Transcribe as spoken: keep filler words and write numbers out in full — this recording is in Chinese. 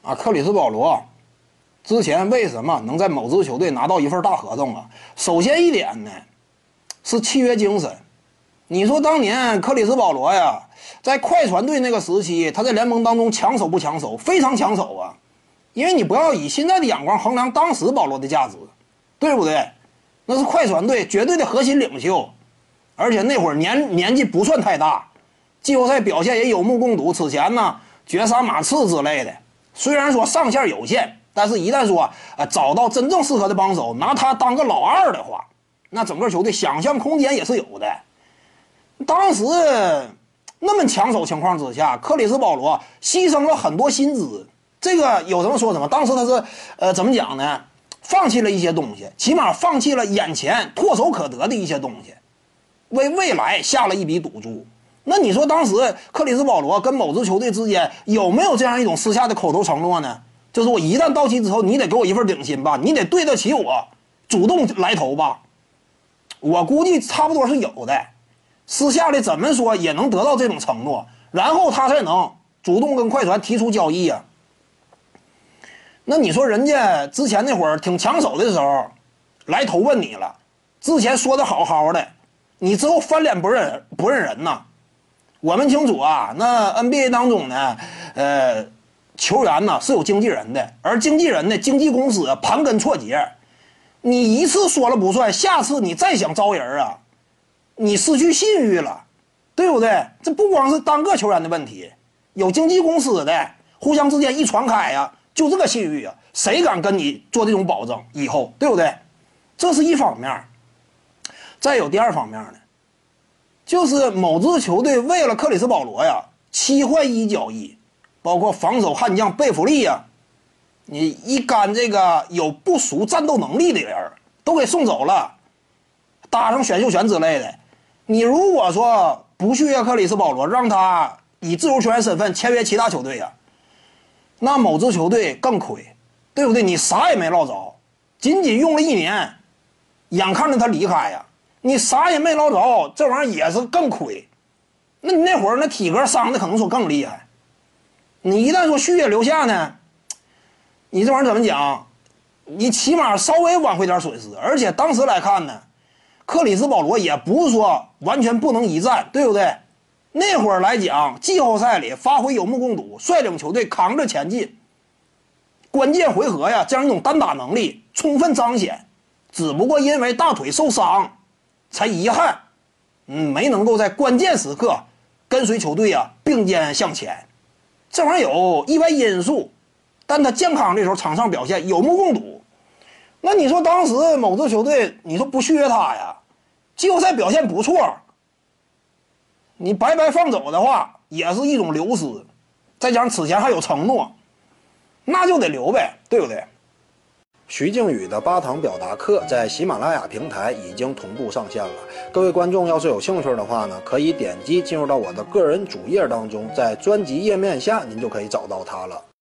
啊，克里斯保罗之前为什么能在某支球队拿到一份大合同啊？首先一点呢，是契约精神。你说当年克里斯保罗呀，在快船队那个时期，他在联盟当中抢手不抢手？非常抢手啊！因为你不要以现在的眼光衡量当时保罗的价值，对不对？那是快船队绝对的核心领袖，而且那会儿年年纪不算太大，季后赛表现也有目共睹。此前呢，绝杀马刺之类的，虽然说上限有限，但是一旦说呃找到真正适合的帮手，拿他当个老二的话，那整个球队想象空间也是有的。当时那么抢手情况之下，克里斯保罗牺牲了很多薪资，这个有什么说什么。当时他是呃怎么讲呢？放弃了一些东西，起码放弃了眼前唾手可得的一些东西，为未来下了一笔赌注。那你说当时克里斯保罗跟某支球队之间有没有这样一种私下的口头承诺呢？就是我一旦到期之后，你得给我一份顶薪吧，你得对得起我，主动来投吧。我估计差不多是有的，私下里怎么说也能得到这种承诺，然后他才能主动跟快船提出交易啊。那你说人家之前那会儿挺抢手的时候来投问你了，之前说的好好的，你之后翻脸不认不认人呐。我们清楚啊，那 N B A 当中呢，呃，球员呢是有经纪人的，而经纪人呢，经纪公司盘根错节，你一次说了不算，下次你再想招人啊，你失去信誉了，对不对？这不光是单个球员的问题，有经纪公司的，互相之间一传开呀、啊，就这个信誉啊，谁敢跟你做这种保证？以后对不对？这是一方面。再有第二方面呢，就是某支球队为了克里斯保罗呀，七换一交易，包括防守悍将贝弗利呀，你一干这个有不俗战斗能力的人都给送走了，搭上选秀权之类的。你如果说不续约克里斯保罗，让他以自由球员身份签约其他球队呀，那某支球队更亏，对不对？你啥也没捞着，仅仅用了一年，眼看着他离开呀，你啥也没捞着，这玩意儿也是更亏。那你那会儿那体格伤的可能说更厉害，你一旦说续约留下呢，你这玩意儿怎么讲？你起码稍微挽回点损失。而且当时来看呢，克里斯保罗也不是说完全不能一战，对不对？那会儿来讲，季后赛里发挥有目共睹，率领球队扛着前进，关键回合呀，这样一种单打能力充分彰显。只不过因为大腿受伤，才遗憾，嗯，没能够在关键时刻跟随球队啊并肩向前。这玩意儿有意外因素，但他健康的时候场上表现有目共睹。那你说当时某支球队，你说不续约他呀，季后赛表现不错，你白白放走的话，也是一种流失。再加上此前还有承诺，那就得留呗，对不对？徐静宇的八堂表达课在喜马拉雅平台已经同步上线了，各位观众要是有兴趣的话呢，可以点击进入到我的个人主页当中，在专辑页面下您就可以找到它了。